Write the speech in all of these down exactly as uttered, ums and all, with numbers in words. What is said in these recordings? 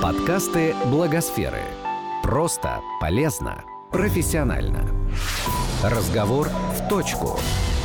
Подкасты Благосферы. Просто, полезно, профессионально. Разговор в точку.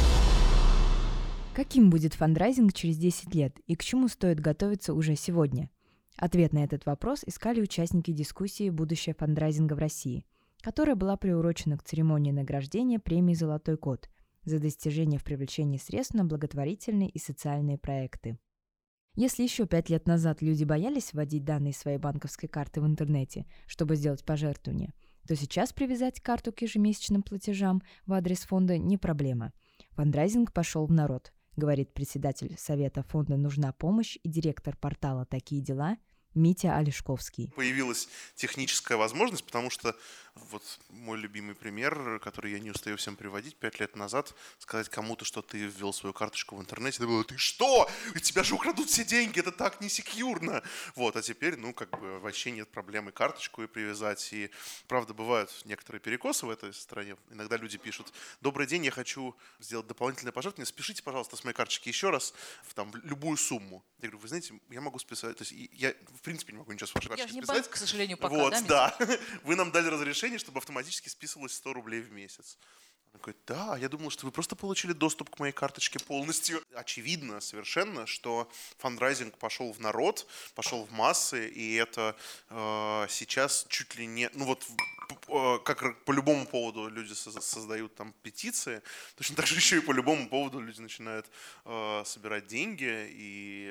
Каким будет фандрайзинг через десять лет и к чему стоит готовиться уже сегодня? Ответ на этот вопрос искали участники дискуссии «Будущее фандрайзинга в России», которая была приурочена к церемонии награждения премии «Золотой код» за достижения в привлечении средств на благотворительные и социальные проекты. Если еще пять лет назад люди боялись вводить данные своей банковской карты в интернете, чтобы сделать пожертвование, то сейчас привязать карту к ежемесячным платежам в адрес фонда не проблема. Фандрайзинг пошел в народ, говорит председатель Совета фонда «Нужна помощь» и директор портала «Такие дела» Митя Олешковский. Появилась техническая возможность, потому что вот мой любимый пример, который я не устаю всем приводить, пять лет назад сказать кому-то, что ты ввел свою карточку в интернете, это было: ты что? У тебя же украдут все деньги, это так несекьюрно. Вот, а теперь, ну, как бы вообще нет проблемы карточку и привязать. И, правда, бывают некоторые перекосы в этой стране. Иногда люди пишут: добрый день, я хочу сделать дополнительное пожертвование, спешите, пожалуйста, с моей карточки еще раз в там, любую сумму. Я говорю: вы знаете, я могу списать, то есть я в принципе не могу ничего с вашей карточки списать. Я же не банк, к сожалению, пока, вот, да? да. Вы нам дали разрешение, чтобы автоматически списывалось сто рублей в месяц. Он говорит: да, я думал, что вы просто получили доступ к моей карточке полностью. Очевидно совершенно, что фандрайзинг пошел в народ, пошел в массы, и это э, сейчас чуть ли не... Ну вот, э, как по любому поводу люди создают там петиции, точно так же еще и по любому поводу люди начинают э, собирать деньги, и...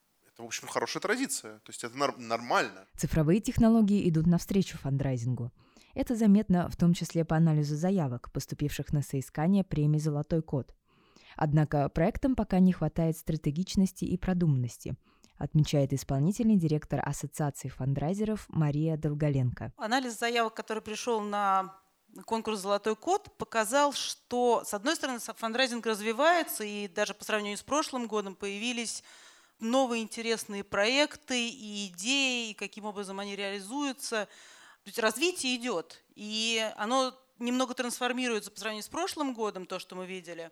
в общем, хорошая традиция, то есть это нормально. Цифровые технологии идут навстречу фандрайзингу. Это заметно в том числе по анализу заявок, поступивших на соискание премии «Золотой код». Однако проектам пока не хватает стратегичности и продуманности, отмечает исполнительный директор Ассоциации фандрайзеров Мария Долголенко. Анализ заявок, который пришел на конкурс «Золотой код», показал, что, с одной стороны, фандрайзинг развивается, и даже по сравнению с прошлым годом появились новые интересные проекты и идеи, и каким образом они реализуются. То есть развитие идет, и оно немного трансформируется по сравнению с прошлым годом, то, что мы видели.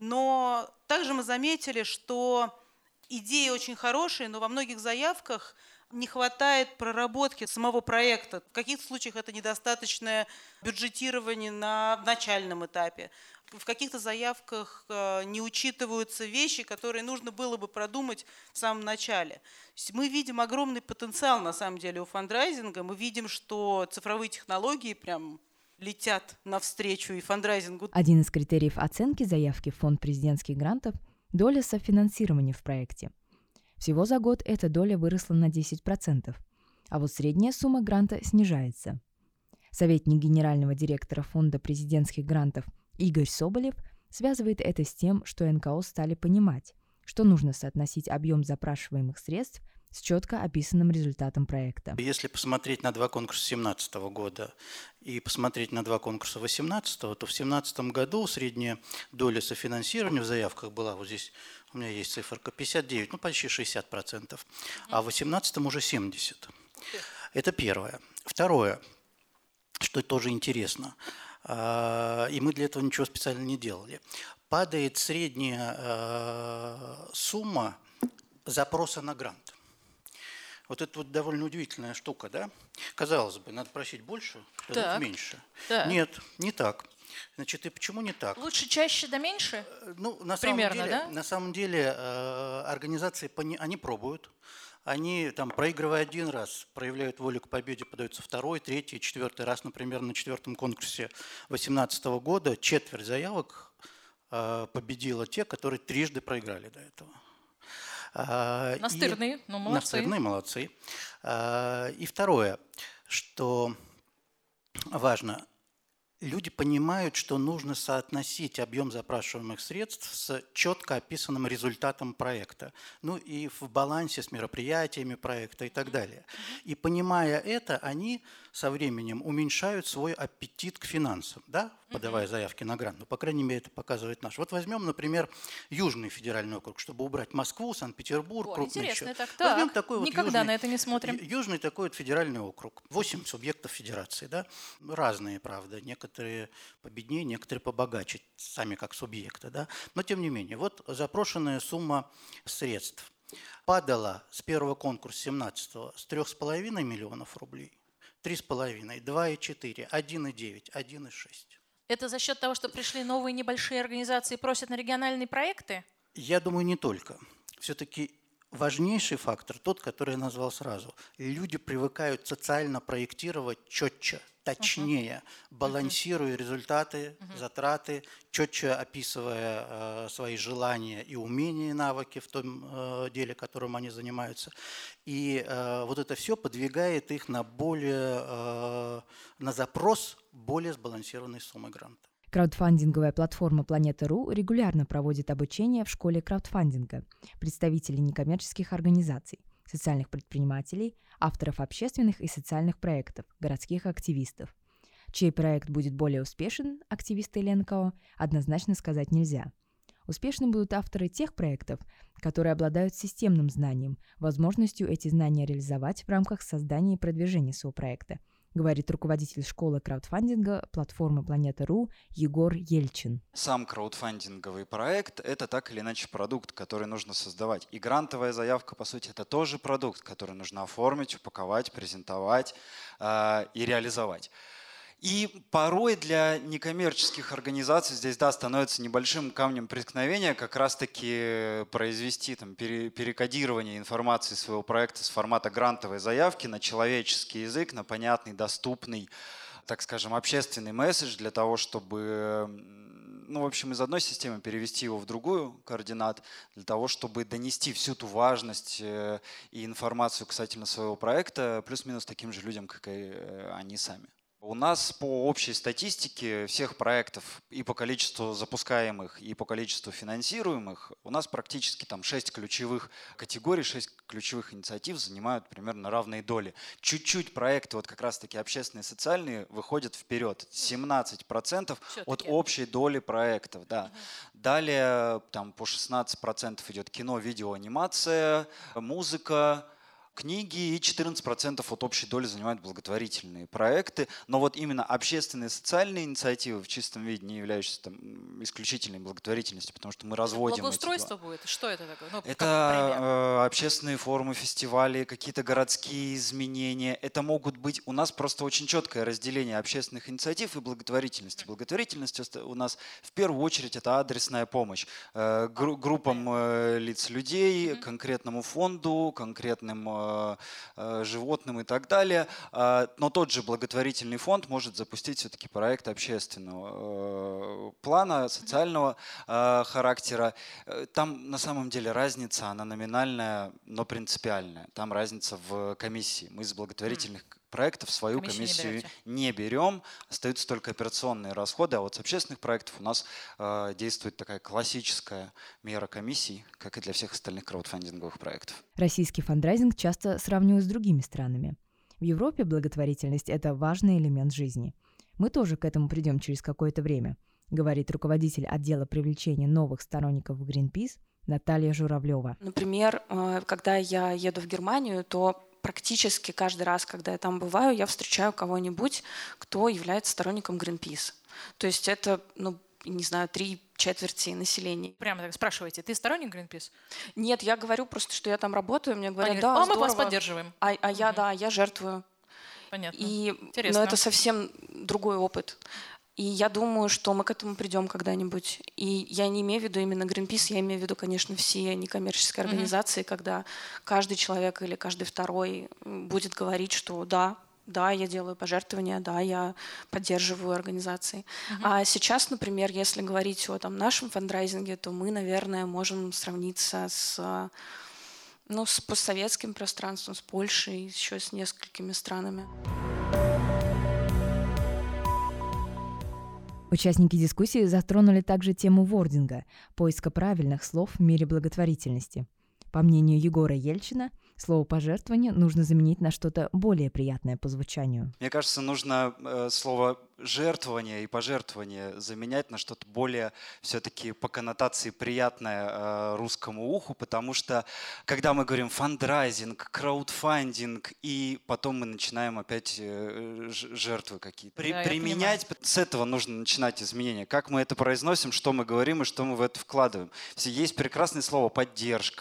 Но также мы заметили, что идеи очень хорошие, но во многих заявках не хватает проработки самого проекта. В каких-то случаях это недостаточное бюджетирование на начальном этапе. В каких-то заявках не учитываются вещи, которые нужно было бы продумать в самом начале. То есть мы видим огромный потенциал на самом деле у фандрайзинга. Мы видим, что цифровые технологии прям летят навстречу и фандрайзингу. Один из критериев оценки заявки в фонд президентских грантов – доля софинансирования в проекте. Всего за год эта доля выросла на десять процентов, а вот средняя сумма гранта снижается. Советник генерального директора фонда президентских грантов Игорь Соболев связывает это с тем, что эн ка о стали понимать, что нужно соотносить объем запрашиваемых средств с четко описанным результатом проекта. Если посмотреть на два конкурса две тысячи семнадцатого года и посмотреть на два конкурса две тысячи восемнадцатого, то в две тысячи семнадцатом году средняя доля софинансирования в заявках была, вот здесь у меня есть циферка, пятьдесят девять, ну почти шестьдесят процентов, а в две тысячи восемнадцатом уже семьдесят процентов. Это первое. Второе, что тоже интересно, и мы для этого ничего специально не делали. Падает средняя сумма запроса на грант. Вот это вот довольно удивительная штука, да? Казалось бы, надо просить больше, дадут меньше. Так. Нет, не так. Значит, и почему не так? Лучше чаще да меньше? Ну, на Примерно, самом деле, да? на самом деле организации, они пробуют. Они, там, проигрывая один раз, проявляют волю к победе, подаются второй, третий, четвертый раз. Например, на четвертом конкурсе две тысячи восемнадцатого года четверть заявок э, победила те, которые трижды проиграли до этого. Э, настырные, и, ну молодцы. Настырные, молодцы. Э, и второе, что важно. Люди понимают, что нужно соотносить объем запрашиваемых средств с четко описанным результатом проекта. Ну и в балансе с мероприятиями проекта и так далее. И понимая это, они со временем уменьшают свой аппетит к финансам, да, подавая заявки на грант. Ну, по крайней мере, это показывает наш. Вот возьмем, например, Южный федеральный округ, чтобы убрать Москву, Санкт-Петербург, О, крупный интересно, еще. так, Возьмем так. такой вот Никогда южный, на это не смотрим. Южный такой вот федеральный округ. Восемь субъектов федерации, да, разные, правда, некоторые победнее, некоторые побогаче, сами как субъекты, да. Но тем не менее, вот запрошенная сумма средств. падала с первого конкурса семнадцатого с трех с половиной миллионов рублей, три с половиной, два и четыре, один и девять, один и шесть. Это за счет того, что пришли новые небольшие организации и просят на региональные проекты? Я думаю, не только. Все-таки важнейший фактор тот, который я назвал сразу. Люди привыкают социально проектировать четче, точнее, uh-huh. балансируя uh-huh. результаты, uh-huh. затраты, четче описывая э, свои желания и умения, и навыки в том э, деле, которым они занимаются. И э, вот это все подвигает их на более, э, на запрос более сбалансированной суммы гранта. Краудфандинговая платформа Планета.ру регулярно проводит обучение в школе краудфандинга представителей некоммерческих организаций, социальных предпринимателей, авторов общественных и социальных проектов, городских активистов. Чей проект будет более успешен, активисты или эн ка о, однозначно сказать нельзя. Успешны будут авторы тех проектов, которые обладают системным знанием, возможностью эти знания реализовать в рамках создания и продвижения своего проекта, говорит руководитель школы краудфандинга платформы Планета.ру Егор Ельчин. Сам краудфандинговый проект – это так или иначе продукт, который нужно создавать. И грантовая заявка, по сути, это тоже продукт, который нужно оформить, упаковать, презентовать э, и реализовать. И порой для некоммерческих организаций здесь, да, становится небольшим камнем преткновения как раз-таки произвести там, пере, перекодирование информации своего проекта с формата грантовой заявки на человеческий язык, на понятный, доступный, так скажем, общественный месседж для того, чтобы, ну, в общем, из одной системы перевести его в другую координат, для того, чтобы донести всю ту важность и информацию касательно своего проекта плюс-минус таким же людям, как и они сами. У нас по общей статистике всех проектов и по количеству запускаемых, и по количеству финансируемых у нас практически там шесть ключевых категорий, шесть ключевых инициатив занимают примерно равные доли. Чуть-чуть проекты, вот как раз-таки общественные и социальные, выходят вперед. семнадцать процентов от общей доли проектов. Да. Угу. Далее там, по шестнадцать процентов идет кино, видео, анимация, музыка, книги, и четырнадцать процентов от общей доли занимают благотворительные проекты. Но вот именно общественные и социальные инициативы в чистом виде, не являющиеся там, исключительной благотворительностью, потому что мы разводим благоустройство эти... будет? Что это такое? Ну, это э, общественные форумы, фестивали, какие-то городские изменения. Это могут быть... У нас просто очень четкое разделение общественных инициатив и благотворительности. Благотворительность у нас в первую очередь это адресная помощь э, гру- группам э, лиц людей, конкретному фонду, конкретным животным и так далее. Но тот же благотворительный фонд может запустить все-таки проект общественного плана, социального характера. Там на самом деле разница, она номинальная, но принципиальная. Там разница в комиссии. Мы из благотворительных проектов свою комиссию не, не берем, остаются только операционные расходы, а вот с общественных проектов у нас э, действует такая классическая мера комиссий, как и для всех остальных краудфандинговых проектов. Российский фандрайзинг часто сравнивают с другими странами. В Европе благотворительность – это важный элемент жизни. Мы тоже к этому придем через какое-то время, говорит руководитель отдела привлечения новых сторонников в Greenpeace Наталья Журавлева. Например, когда я еду в Германию, то практически каждый раз, когда я там бываю, я встречаю кого-нибудь, кто является сторонником Greenpeace. То есть это, ну, не знаю, три четверти населения. Прямо так спрашиваете, ты сторонник Greenpeace? Нет, я говорю просто, что я там работаю, мне говорят, Они да, говорят, а здорово. мы вас поддерживаем. А, а я, угу. да, я жертвую. Понятно. И, интересно. но это совсем другой опыт. И я думаю, что мы к этому придем когда-нибудь. И я не имею в виду именно Greenpeace, я имею в виду, конечно, все некоммерческие организации, mm-hmm. когда каждый человек или каждый второй будет говорить, что да, да, я делаю пожертвования, да, я поддерживаю организации. Mm-hmm. А сейчас, например, если говорить о там, нашем фандрайзинге, то мы, наверное, можем сравниться с, ну, с постсоветским пространством, с Польшей, еще с несколькими странами. Участники дискуссии затронули также тему вординга – поиска правильных слов в мире благотворительности. По мнению Егора Ельчина, слово «пожертвование» нужно заменить на что-то более приятное по звучанию. Мне кажется, нужно э, слово «жертвование» и «пожертвование» заменять на что-то более все-таки по коннотации приятное э, русскому уху, потому что когда мы говорим фандрайзинг, краудфандинг, и потом мы начинаем опять э, жертвы какие-то. При, да, применять, с этого нужно начинать изменения. Как мы это произносим, что мы говорим и что мы в это вкладываем. Есть прекрасное слово «поддержка».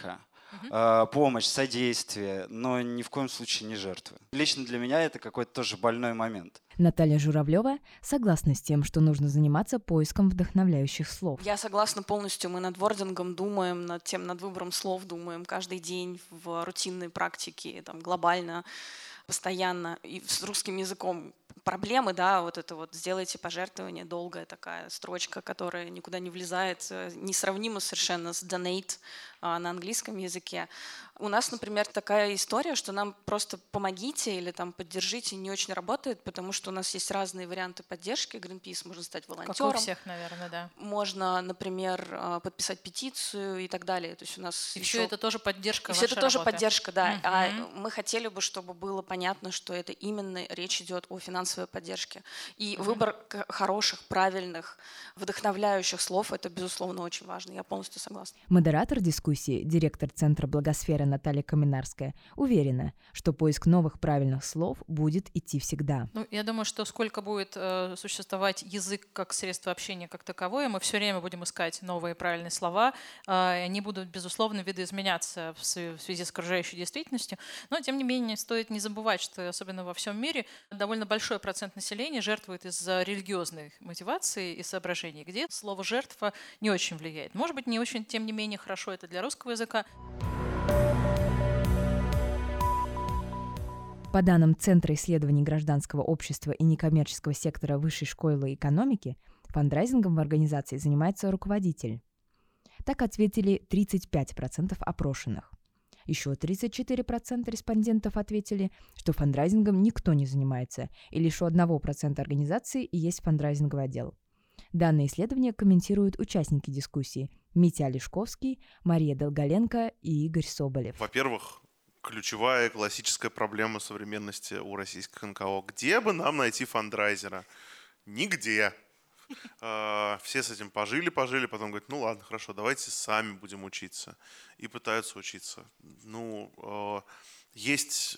э, помощь, содействие, но ни в коем случае не жертвы. Лично для меня это какой-то тоже больной момент. Наталья Журавлева согласна с тем, что нужно заниматься поиском вдохновляющих слов. Я согласна полностью. Мы над вордингом думаем, над тем, над выбором слов думаем каждый день в рутинной практике, там, глобально, постоянно. И с русским языком проблемы, да, вот это вот «сделайте пожертвование», долгая такая строчка, которая никуда не влезает, несравнима совершенно с «donate» на английском языке. У нас, например, такая история, что нам просто помогите или там поддержите не очень работает, потому что у нас есть разные варианты поддержки. Greenpeace можно стать волонтером. Как у всех, наверное, да. Можно, например, подписать петицию и так далее. То есть у нас и еще... все это тоже поддержка. И все это тоже работы. поддержка, да. Угу. А мы хотели бы, чтобы было понятно, что это именно речь идет о финансовой поддержке. И угу. выбор хороших, правильных, вдохновляющих слов — это, безусловно, очень важно. Я полностью согласна. Модератор дискуссии, директор Центра Благосферы Наталья Каменарская, уверена, что поиск новых правильных слов будет идти всегда. Ну, я думаю, что сколько будет э, существовать язык как средство общения как таковое, мы все время будем искать новые правильные слова. Э, они будут, безусловно, видоизменяться в связи с окружающей действительностью. Но, тем не менее, стоит не забывать, что особенно во всем мире довольно большой процент населения жертвует из-за религиозной мотивации и соображений, где слово «жертва» не очень влияет. Может быть, не очень, тем не менее, хорошо это для русского языка. По данным Центра исследований гражданского общества и некоммерческого сектора Высшей школы экономики, фандрайзингом в организации занимается руководитель. Так ответили тридцать пять процентов опрошенных. Еще тридцать четыре процента респондентов ответили, что фандрайзингом никто не занимается, и лишь у одного процента организации есть фандрайзинговый отдел. Данное исследование комментируют участники дискуссии Митя Олешковский, Мария Долголенко и Игорь Соболев. Во-первых, ключевая классическая проблема современности у российских эн ка о. Где бы нам найти фандрайзера? Нигде. Все с этим пожили, пожили, потом говорят, ну ладно, хорошо, давайте сами будем учиться. И пытаются учиться. Ну, есть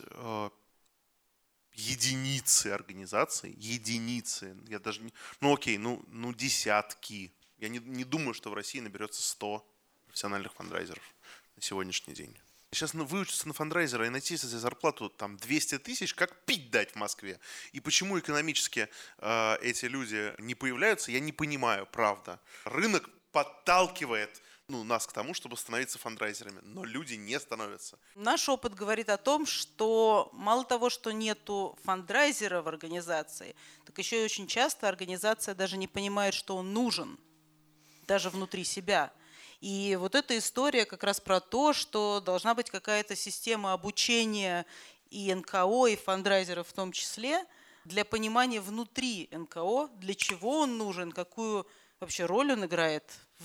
единицы организаций, единицы. Я даже не... Ну окей, ну, ну десятки. Я не, не думаю, что в России наберется сто профессиональных фандрайзеров на сегодняшний день. Сейчас ну, выучиться на фандрайзера и найти себе зарплату там двести тысяч, как пить дать в Москве. И почему экономически э, эти люди не появляются, я не понимаю, правда. Рынок подталкивает ну, нас к тому, чтобы становиться фандрайзерами, но люди не становятся. Наш опыт говорит о том, что мало того, что нету фандрайзера в организации, так еще и очень часто организация даже не понимает, что он нужен, даже внутри себя. И вот эта история как раз про то, что должна быть какая-то система обучения и эн ка о, и фандрайзеров в том числе, для понимания внутри эн ка о, для чего он нужен, какую вообще роль он играет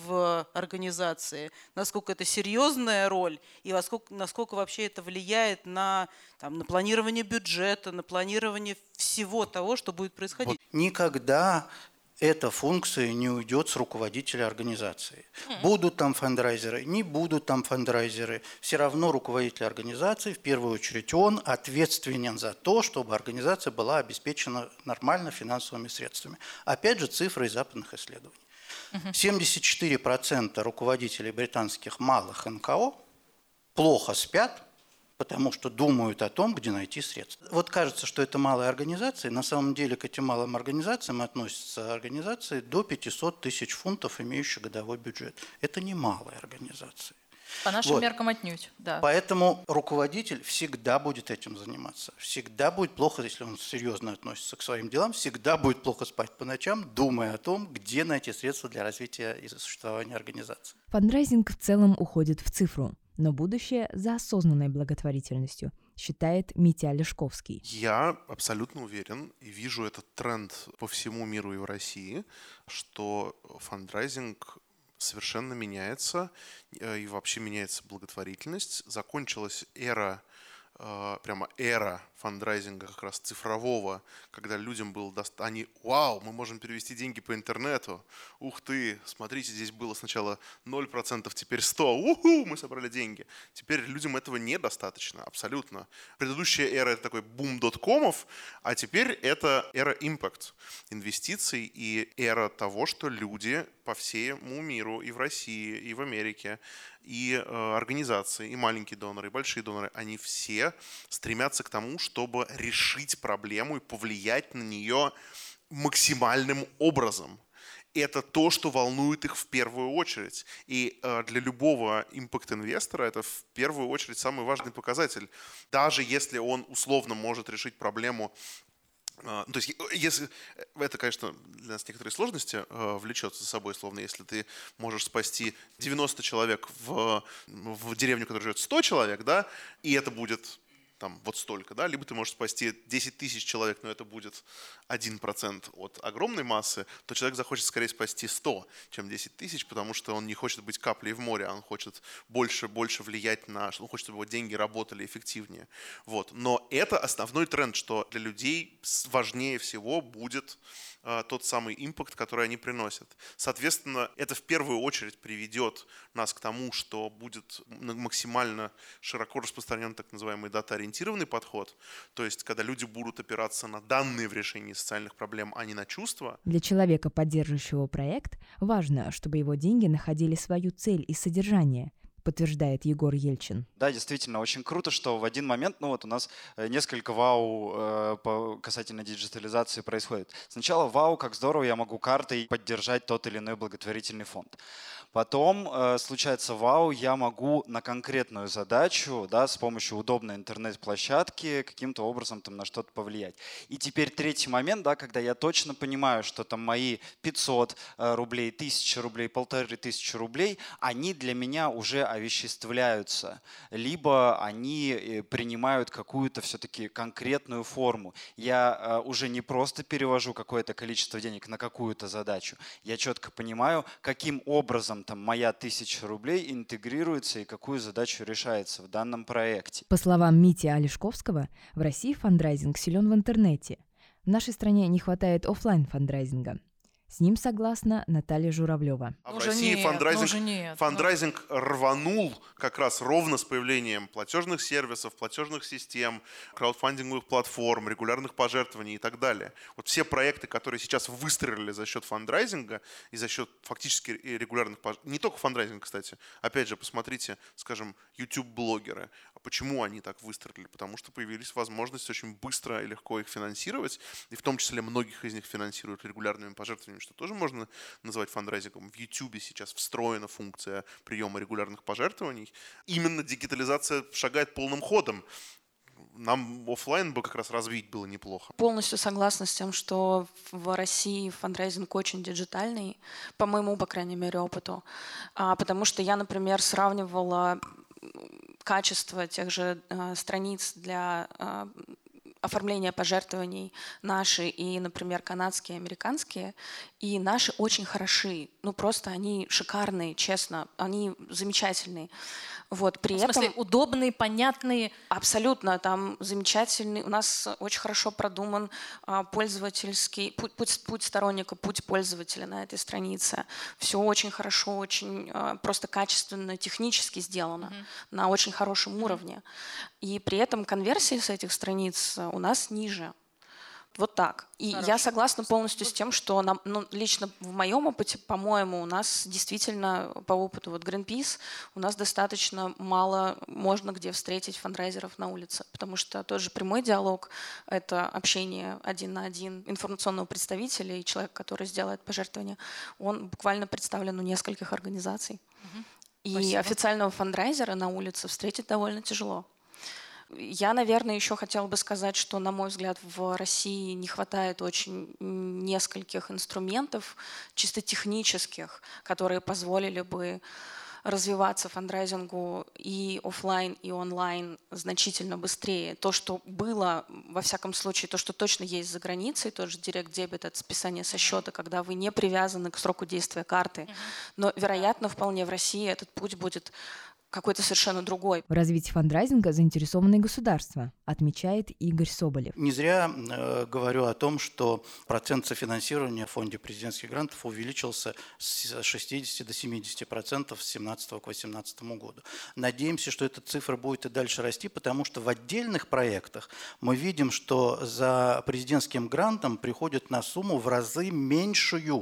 в организации, насколько это серьезная роль и насколько, насколько вообще это влияет на, там, на планирование бюджета, на планирование всего того, что будет происходить. Никогда эта функция не уйдет с руководителя организации. Будут там фандрайзеры, не будут там фандрайзеры. Все равно руководитель организации, в первую очередь он, ответственен за то, чтобы организация была обеспечена нормально финансовыми средствами. Опять же, цифры из западных исследований. семьдесят четыре процента руководителей британских малых эн ка о плохо спят, потому что думают о том, где найти средства. Вот кажется, что это малые организации. На самом деле к этим малым организациям относятся организации до пятисот тысяч фунтов, имеющие годовой бюджет. Это не малые организации. По нашим вот. меркам отнюдь, да. Поэтому руководитель всегда будет этим заниматься. Всегда будет плохо, если он серьезно относится к своим делам, всегда будет плохо спать по ночам, думая о том, где найти средства для развития и существования организации. Фандрайзинг в целом уходит в цифру, но будущее за осознанной благотворительностью, считает Митя Олешковский. Я абсолютно уверен и вижу этот тренд по всему миру и в России, что фандрайзинг совершенно меняется, и вообще меняется благотворительность. Закончилась эра, прямо эра фандрайзинга как раз цифрового, когда людям было достаточно... Они, вау, мы можем перевести деньги по интернету. Ух ты, смотрите, здесь было сначала ноль процентов, теперь сто процентов. Уху, мы собрали деньги. Теперь людям этого недостаточно, абсолютно. Предыдущая эра — это такой бум доткомов, а теперь это эра импакт, инвестиций и эра того, что люди по всему миру, и в России, и в Америке, и э, организации, и маленькие доноры, и большие доноры, они все стремятся к тому, чтобы решить проблему и повлиять на нее максимальным образом. Это то, что волнует их в первую очередь. И э, для любого импакт-инвестора это в первую очередь самый важный показатель. Даже если он условно может решить проблему. Э, то есть, если, это, конечно, для нас некоторые сложности э, влечет за собой, словно если ты можешь спасти девяносто человек в, в деревню, в которой живет сто человек, да, и это будет там вот столько, да, либо ты можешь спасти десять тысяч человек, но это будет один процент от огромной массы, то человек захочет скорее спасти сто, чем десять тысяч, потому что он не хочет быть каплей в море, он хочет больше, больше влиять на, он хочет, чтобы его деньги работали эффективнее. Вот. Но это основной тренд, что для людей важнее всего будет э, тот самый импакт, который они приносят. Соответственно, это в первую очередь приведет нас к тому, что будет максимально широко распространен так называемый дата-ориентированный подход, то есть когда люди будут опираться на данные в решении социальных проблем, а не на чувства. Для человека, поддерживающего проект, важно, чтобы его деньги находили свою цель и содержание, подтверждает Егор Ельчин. Да, действительно, очень круто, что в один момент, ну вот у нас несколько вау э, по, касательно диджитализации происходит. Сначала вау, как здорово, я могу картой поддержать тот или иной благотворительный фонд. Потом э, случается вау, я могу на конкретную задачу, да, с помощью удобной интернет-площадки каким-то образом там на что-то повлиять. И теперь третий момент, да, когда я точно понимаю, что там мои пятьсот рублей, тысяча рублей, полторы тысячи рублей, они для меня уже овеществляются, либо они принимают какую-то все-таки конкретную форму. Я э, уже не просто перевожу какое-то количество денег на какую-то задачу, я четко понимаю, каким образом там моя тысяча рублей интегрируется и какую задачу решается в данном проекте. По словам Мити Олешковского, в России фандрайзинг силен в интернете. В нашей стране не хватает офлайн фандрайзинга. С ним согласна Наталья Журавлева. А в Уже России нет, фандрайзинг, уже нет, фандрайзинг но... рванул как раз ровно с появлением платежных сервисов, платежных систем, краудфандинговых платформ, регулярных пожертвований и так далее. Вот все проекты, которые сейчас выстрелили за счет фандрайзинга и за счет фактически регулярных пожертвований, не только фандрайзинг, кстати, опять же, посмотрите, скажем, YouTube-блогеры. Почему они так выстрелили? Потому что появились возможности очень быстро и легко их финансировать, и в том числе многих из них финансируют регулярными пожертвованиями, что тоже можно называть фандрайзингом. В YouTube сейчас встроена функция приема регулярных пожертвований. Именно дигитализация шагает полным ходом. Нам офлайн бы как раз развить было неплохо. Полностью согласна с тем, что в России фандрайзинг очень диджитальный, по моему, по крайней мере, опыту. А, потому что я, например, сравнивала качество тех же э, страниц для э, оформления пожертвований наши и, например, канадские, американские. И наши очень хороши. Ну, просто они шикарные, честно. Они замечательные. Вот, при в смысле, этом, удобные, понятные? Абсолютно. Там замечательный. У нас очень хорошо продуман а, пользовательский путь, путь, путь сторонника, путь пользователя на этой странице. Все очень хорошо, очень а, просто качественно, технически сделано, mm-hmm. на очень хорошем mm-hmm. уровне. И при этом конверсии с этих страниц у нас ниже. Вот так. И Хорошо. Я согласна полностью с тем, что нам, ну, лично в моем опыте, по-моему, у нас действительно по опыту вот Greenpeace у нас достаточно мало можно где встретить фандрайзеров на улице, потому что тот же прямой диалог – это общение один на один информационного представителя и человек, который сделает пожертвование, он буквально представлен у нескольких организаций. Угу. И Спасибо. Официального фандрайзера на улице встретить довольно тяжело. Я, наверное, еще хотела бы сказать, что, на мой взгляд, в России не хватает очень нескольких инструментов, чисто технических, которые позволили бы развиваться фандрайзингу и офлайн, и онлайн значительно быстрее. То, что было, во всяком случае, то, что точно есть за границей, тот же Direct Debit, это списание со счета, когда вы не привязаны к сроку действия карты. Но, вероятно, вполне в России этот путь будет какой-то совершенно другой. В развитии фандрайзинга заинтересованы и государства, отмечает Игорь Соболев. Не зря э, говорю о том, что процент софинансирования в фонде президентских грантов увеличился с шестидесяти до семидесяти процентов с две тысячи семнадцатого к две тысячи восемнадцатому году. Надеемся, что эта цифра будет и дальше расти, потому что в отдельных проектах мы видим, что за президентским грантом приходят на сумму в разы меньшую,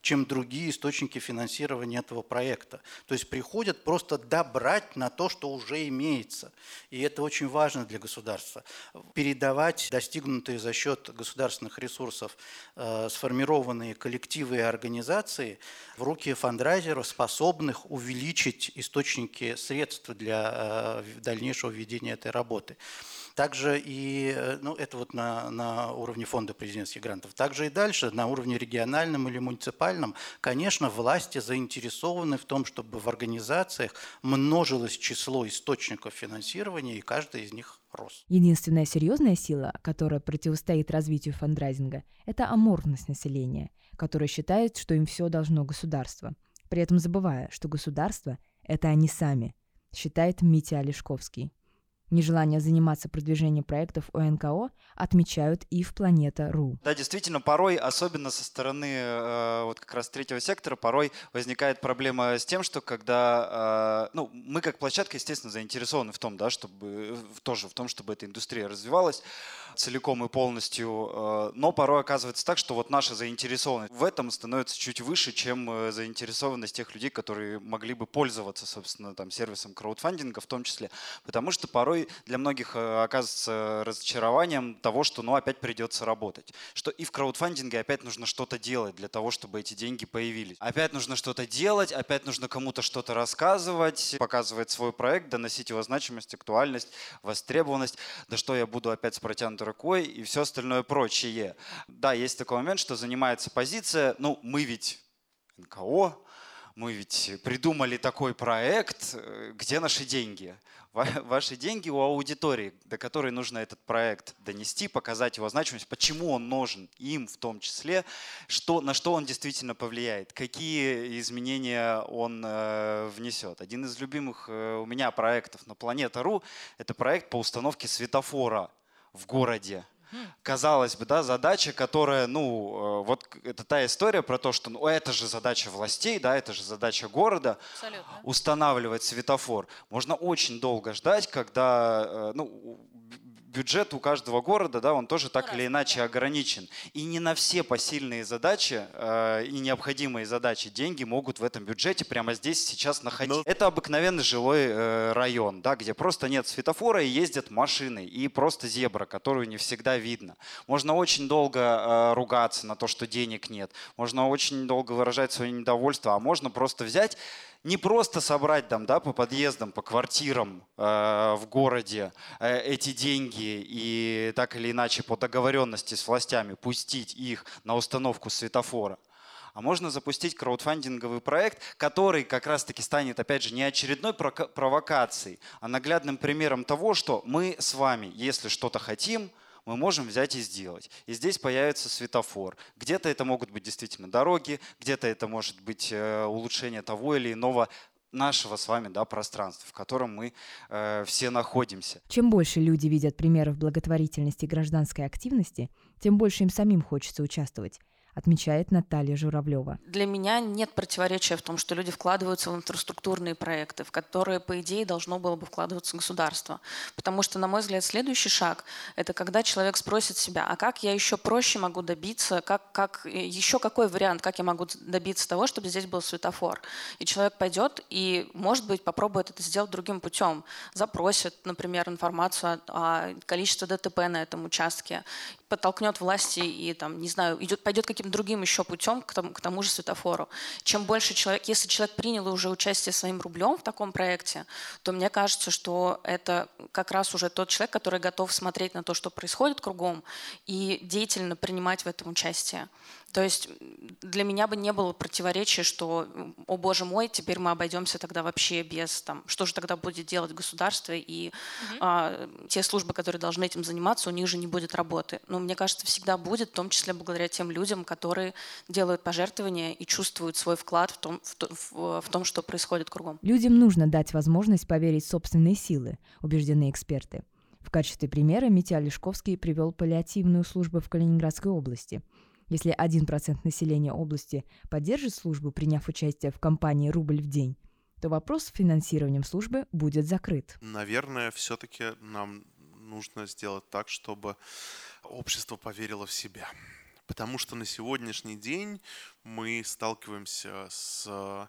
чем другие источники финансирования этого проекта. То есть приходят просто добрать на то, что уже имеется. И это очень важно для государства. Передавать достигнутые за счет государственных ресурсов э, сформированные коллективы и организации в руки фандрайзеров, способных увеличить источники средств для э, дальнейшего ведения этой работы. Также и, ну, это вот на, на уровне фонда президентских грантов. Также и дальше, на уровне региональном или муниципальном, конечно, власти заинтересованы в том, чтобы в организациях множилось число источников финансирования, и каждый из них рос. Единственная серьезная сила, которая противостоит развитию фандрайзинга, это аморфность населения, которое считает, что им все должно государство, при этом забывая, что государство – это они сами, считает Митя Олешковский. Нежелание заниматься продвижением проектов о эн ка о отмечают и в Планета точка ру. Да, действительно, порой, особенно со стороны э, вот как раз третьего сектора, порой возникает проблема с тем, что когда, э, ну, мы как площадка, естественно, заинтересованы в том, да, чтобы тоже в том, чтобы эта индустрия развивалась целиком и полностью, э, но порой оказывается так, что вот наша заинтересованность в этом становится чуть выше, чем заинтересованность тех людей, которые могли бы пользоваться, собственно, там сервисом краудфандинга в том числе, потому что порой для многих оказывается разочарованием того, что ну, опять придется работать. Что и в краудфандинге опять нужно что-то делать для того, чтобы эти деньги появились. Опять нужно что-то делать, опять нужно кому-то что-то рассказывать, показывать свой проект, доносить его значимость, актуальность, востребованность. Да что я буду опять с протянутой рукой и все остальное прочее. Да, есть такой момент, что занимается позиция, ну мы ведь эн ка о, мы ведь придумали такой проект, где наши деньги? Ваши деньги у аудитории, до которой нужно этот проект донести, показать его значимость, почему он нужен им в том числе, что, на что он действительно повлияет, какие изменения он э, внесет. Один из любимых э, у меня проектов на Планета точка ру – это проект по установке светофора в городе. Казалось бы, да, задача, которая, ну, вот это та история про то, что ну, это же задача властей, да, это же задача города. Абсолютно. Устанавливать светофор. Можно очень долго ждать, когда, ну, бюджет у каждого города, да, он тоже так ну, или иначе да. ограничен. И не на все посильные задачи э, и необходимые задачи деньги могут в этом бюджете прямо здесь сейчас находить. Но... Это обыкновенный жилой э, район, да, где просто нет светофора и ездят машины, и просто зебра, которую не всегда видно. Можно очень долго э, ругаться на то, что денег нет. Можно очень долго выражать свое недовольство, а можно просто взять не просто собрать там, да, по подъездам, по квартирам э, в городе э, эти деньги и так или иначе по договоренности с властями пустить их на установку светофора. А можно запустить краудфандинговый проект, который как раз-таки станет, опять же, не очередной провокацией, а наглядным примером того, что мы с вами, если что-то хотим, мы можем взять и сделать. И здесь появится светофор. Где-то это могут быть действительно дороги, где-то это может быть улучшение того или иного нашего с вами, да, пространства, в котором мы э, все находимся. Чем больше люди видят примеров благотворительности и гражданской активности, тем больше им самим хочется участвовать, отмечает Наталья Журавлева. Для меня нет противоречия в том, что люди вкладываются в инфраструктурные проекты, в которые, по идее, должно было бы вкладываться государство. Потому что, на мой взгляд, следующий шаг – это когда человек спросит себя, а как я еще проще могу добиться, как, как, еще какой вариант, как я могу добиться того, чтобы здесь был светофор. И человек пойдет и, может быть, попробует это сделать другим путем. Запросит, например, информацию о, о количестве дэ тэ пэ на этом участке, подтолкнет власти и, там, не знаю, идет, пойдет каким-то другим еще путем к тому, к тому же светофору. Чем больше человек, если человек принял уже участие своим рублем в таком проекте, то мне кажется, что это как раз уже тот человек, который готов смотреть на то, что происходит кругом, и деятельно принимать в этом участие. То есть для меня бы не было противоречия, что, о боже мой, теперь мы обойдемся тогда вообще без, там, что же тогда будет делать государство, и угу. а, те службы, которые должны этим заниматься, у них же не будет работы. Но мне кажется, всегда будет, в том числе благодаря тем людям, которые делают пожертвования и чувствуют свой вклад в том, в, в, в том, что происходит кругом. Людям нужно дать возможность поверить в собственные силы, убеждены эксперты. В качестве примера Митя Олешковский привел паллиативную службу в Калининградской области. Если один процент населения области поддержит службу, приняв участие в кампании «Рубль в день», то вопрос с финансированием службы будет закрыт. Наверное, все-таки нам нужно сделать так, чтобы общество поверило в себя. Потому что на сегодняшний день мы сталкиваемся с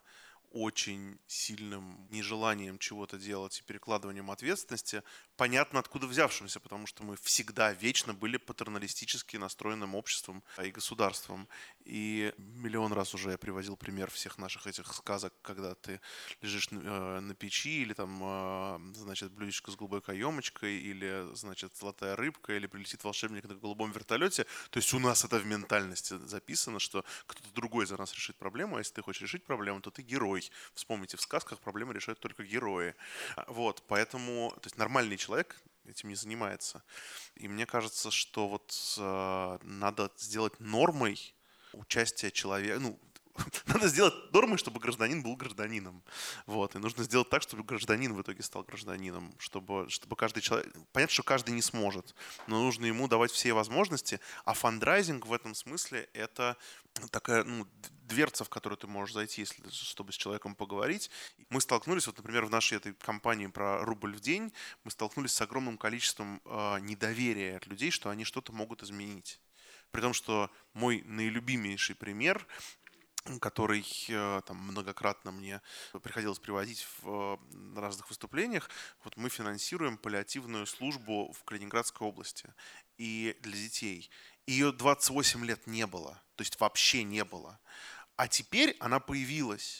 очень сильным нежеланием чего-то делать и перекладыванием ответственности, понятно откуда взявшимся, потому что мы всегда вечно были патерналистически настроенным обществом и государством. И миллион раз уже я приводил пример всех наших этих сказок, когда ты лежишь на, на печи, или там, значит, блюдечко с голубой каемочкой, или, значит, золотая рыбка, или прилетит волшебник на голубом вертолете. То есть у нас это в ментальности записано, что кто-то другой за нас решит проблему, а если ты хочешь решить проблему, то ты герой. Вспомните, в сказках проблемы решают только герои. Вот, поэтому, то есть нормальный человек этим не занимается. И мне кажется, что вот э, надо сделать нормой участие человека, ну, надо сделать нормой, чтобы гражданин был гражданином. Вот. И нужно сделать так, чтобы гражданин в итоге стал гражданином. Чтобы, чтобы каждый человек... Понятно, что каждый не сможет, но нужно ему давать все возможности. А фандрайзинг в этом смысле — это такая, ну, дверца, в которую ты можешь зайти, если, чтобы с человеком поговорить. Мы столкнулись, вот, например, в нашей этой кампании про рубль в день, мы столкнулись с огромным количеством э, недоверия от людей, что они что-то могут изменить. При том, что мой наилюбимейший пример, который там многократно мне приходилось приводить в разных выступлениях, вот мы финансируем паллиативную службу в Калининградской области и для детей. Ее двадцать восемь лет не было, то есть вообще не было. А теперь она появилась.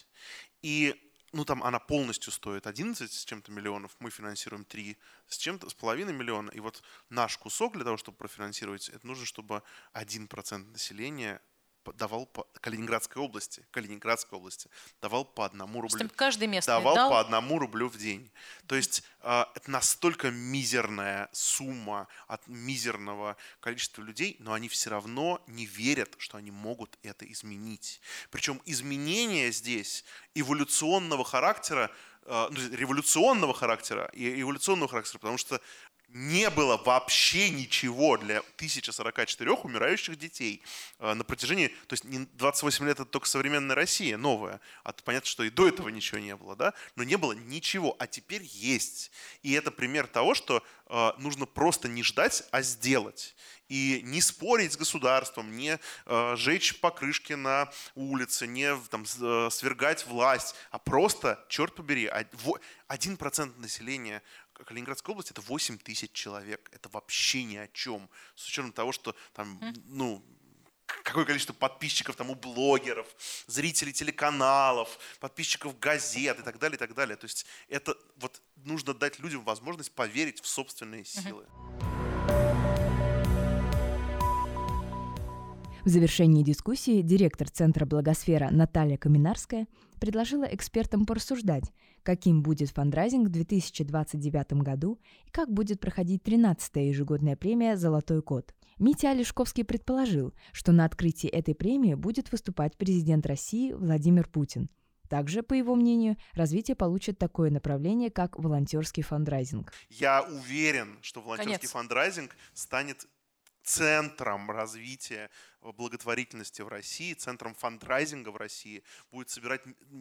И ну, там она полностью стоит одиннадцать с чем-то миллионов, мы финансируем три с чем-то, с половиной миллиона. И вот наш кусок для того, чтобы профинансировать, это нужно, чтобы один процент населения давал по Калининградской области, Калининградской области давал по одному рублю. Каждый местный давал дал? по одному рублю в день. То есть э, это настолько мизерная сумма от мизерного количества людей, но они все равно не верят, что они могут это изменить. Причем изменения здесь эволюционного характера, э, ну, революционного характера и эволюционного характера, потому что не было вообще ничего для тысячи сорока четырёх умирающих детей на протяжении, то есть двадцать восемь лет — это только современная Россия, новая, а понятно, что и до этого ничего не было, да, но не было ничего, а теперь есть. И это пример того, что э, нужно просто не ждать, а сделать. И не спорить с государством, не э, жечь покрышки на улице, не там, э, свергать власть, а просто, черт побери, один процент населения Калининградской области — это восемь тысяч человек. Это вообще ни о чем. С учетом того, что там, ну, какое количество подписчиков там у блогеров, зрителей телеканалов, подписчиков газет и так далее, и так далее. То есть это вот нужно дать людям возможность поверить в собственные силы. В завершении дискуссии директор Центра Благосфера Наталья Каминарская предложила экспертам порассуждать, каким будет фандрайзинг в две тысячи двадцать девятом году и как будет проходить тринадцатая ежегодная премия «Золотой кот». Митя Олешковский предположил, что на открытии этой премии будет выступать президент России Владимир Путин. Также, по его мнению, развитие получит такое направление, как волонтерский фандрайзинг. Я уверен, что волонтерский Конец. фандрайзинг станет центром развития благотворительности в России, центром фандрайзинга в России, будет собирать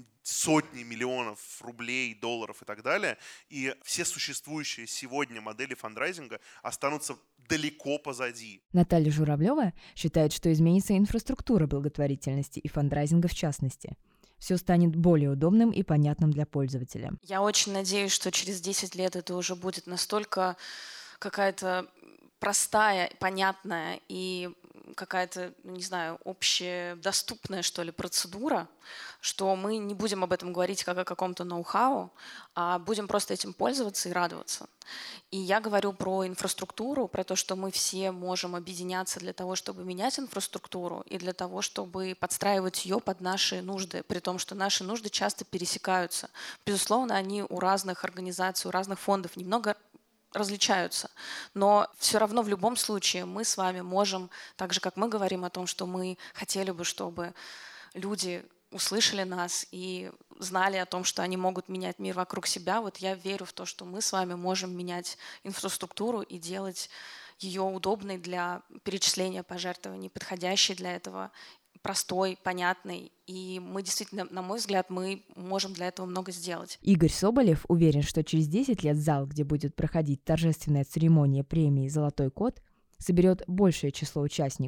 сотни миллионов рублей, долларов и так далее. И все существующие сегодня модели фандрайзинга останутся далеко позади. Наталья Журавлева считает, что изменится инфраструктура благотворительности и фандрайзинга в частности. Все станет более удобным и понятным для пользователя. Я очень надеюсь, что через десять лет это уже будет настолько какая-то простая, понятная и какая-то, не знаю, общедоступная, что ли, процедура, что мы не будем об этом говорить как о каком-то ноу-хау, а будем просто этим пользоваться и радоваться. И я говорю про инфраструктуру, про то, что мы все можем объединяться для того, чтобы менять инфраструктуру и для того, чтобы подстраивать ее под наши нужды, при том, что наши нужды часто пересекаются. Безусловно, они у разных организаций, у разных фондов немного различаются. Но все равно в любом случае мы с вами можем, так же, как мы говорим о том, что мы хотели бы, чтобы люди услышали нас и знали о том, что они могут менять мир вокруг себя, вот я верю в то, что мы с вами можем менять инфраструктуру и делать ее удобной для перечисления пожертвований, подходящей для этого, простой, понятный. И мы действительно, на мой взгляд, мы можем для этого много сделать. Игорь Соболев уверен, что через десять лет зал, где будет проходить торжественная церемония премии «Золотой кот», соберет большее число участников,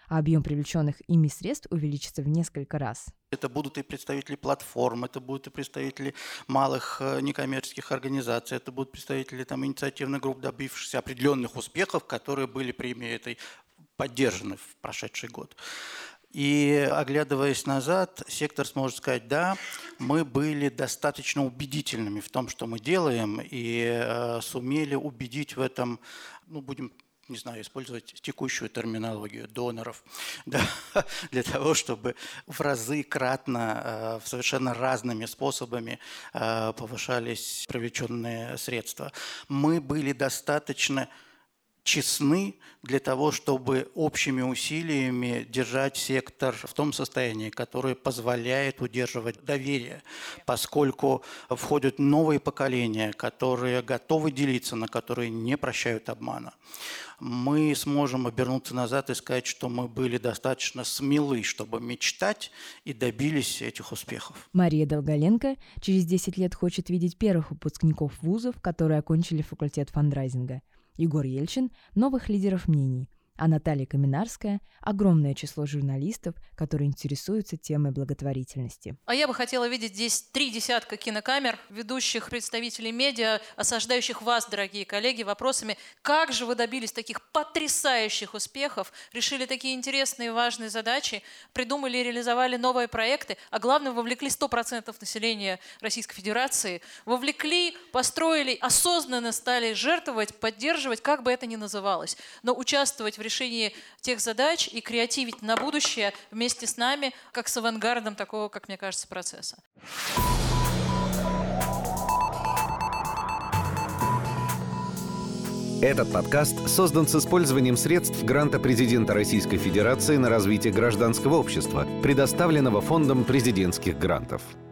а объем привлеченных ими средств увеличится в несколько раз. Это будут и представители платформ, это будут и представители малых некоммерческих организаций, это будут представители там, инициативных групп, добившихся определенных успехов, которые были премией этой поддержаны в прошедший год. И, оглядываясь назад, сектор сможет сказать, да, мы были достаточно убедительными в том, что мы делаем, и э, сумели убедить в этом, ну, будем, не знаю, использовать текущую терминологию, доноров, да, для того, чтобы в разы кратно, э, совершенно разными способами э, повышались привлеченные средства. Мы были достаточно честны для того, чтобы общими усилиями держать сектор в том состоянии, которое позволяет удерживать доверие, поскольку входят новые поколения, которые готовы делиться, на которые не прощают обмана. Мы сможем обернуться назад и сказать, что мы были достаточно смелы, чтобы мечтать, и добились этих успехов. Мария Долголенко через десять лет хочет видеть первых выпускников вузов, которые окончили факультет фандрайзинга. Егор Ельчин – новых лидеров мнений, а Наталья Каминарская – огромное число журналистов, которые интересуются темой благотворительности. А я бы хотела видеть здесь три десятка кинокамер, ведущих представителей медиа, осаждающих вас, дорогие коллеги, вопросами, как же вы добились таких потрясающих успехов, решили такие интересные и важные задачи, придумали и реализовали новые проекты, а главное, вовлекли сто процентов населения Российской Федерации, вовлекли, построили, осознанно стали жертвовать, поддерживать, как бы это ни называлось, но участвовать в решении тех задач и креативить на будущее вместе с нами, как с авангардом такого, как мне кажется, процесса. Этот подкаст создан с использованием средств гранта президента Российской Федерации на развитие гражданского общества, предоставленного Фондом президентских грантов.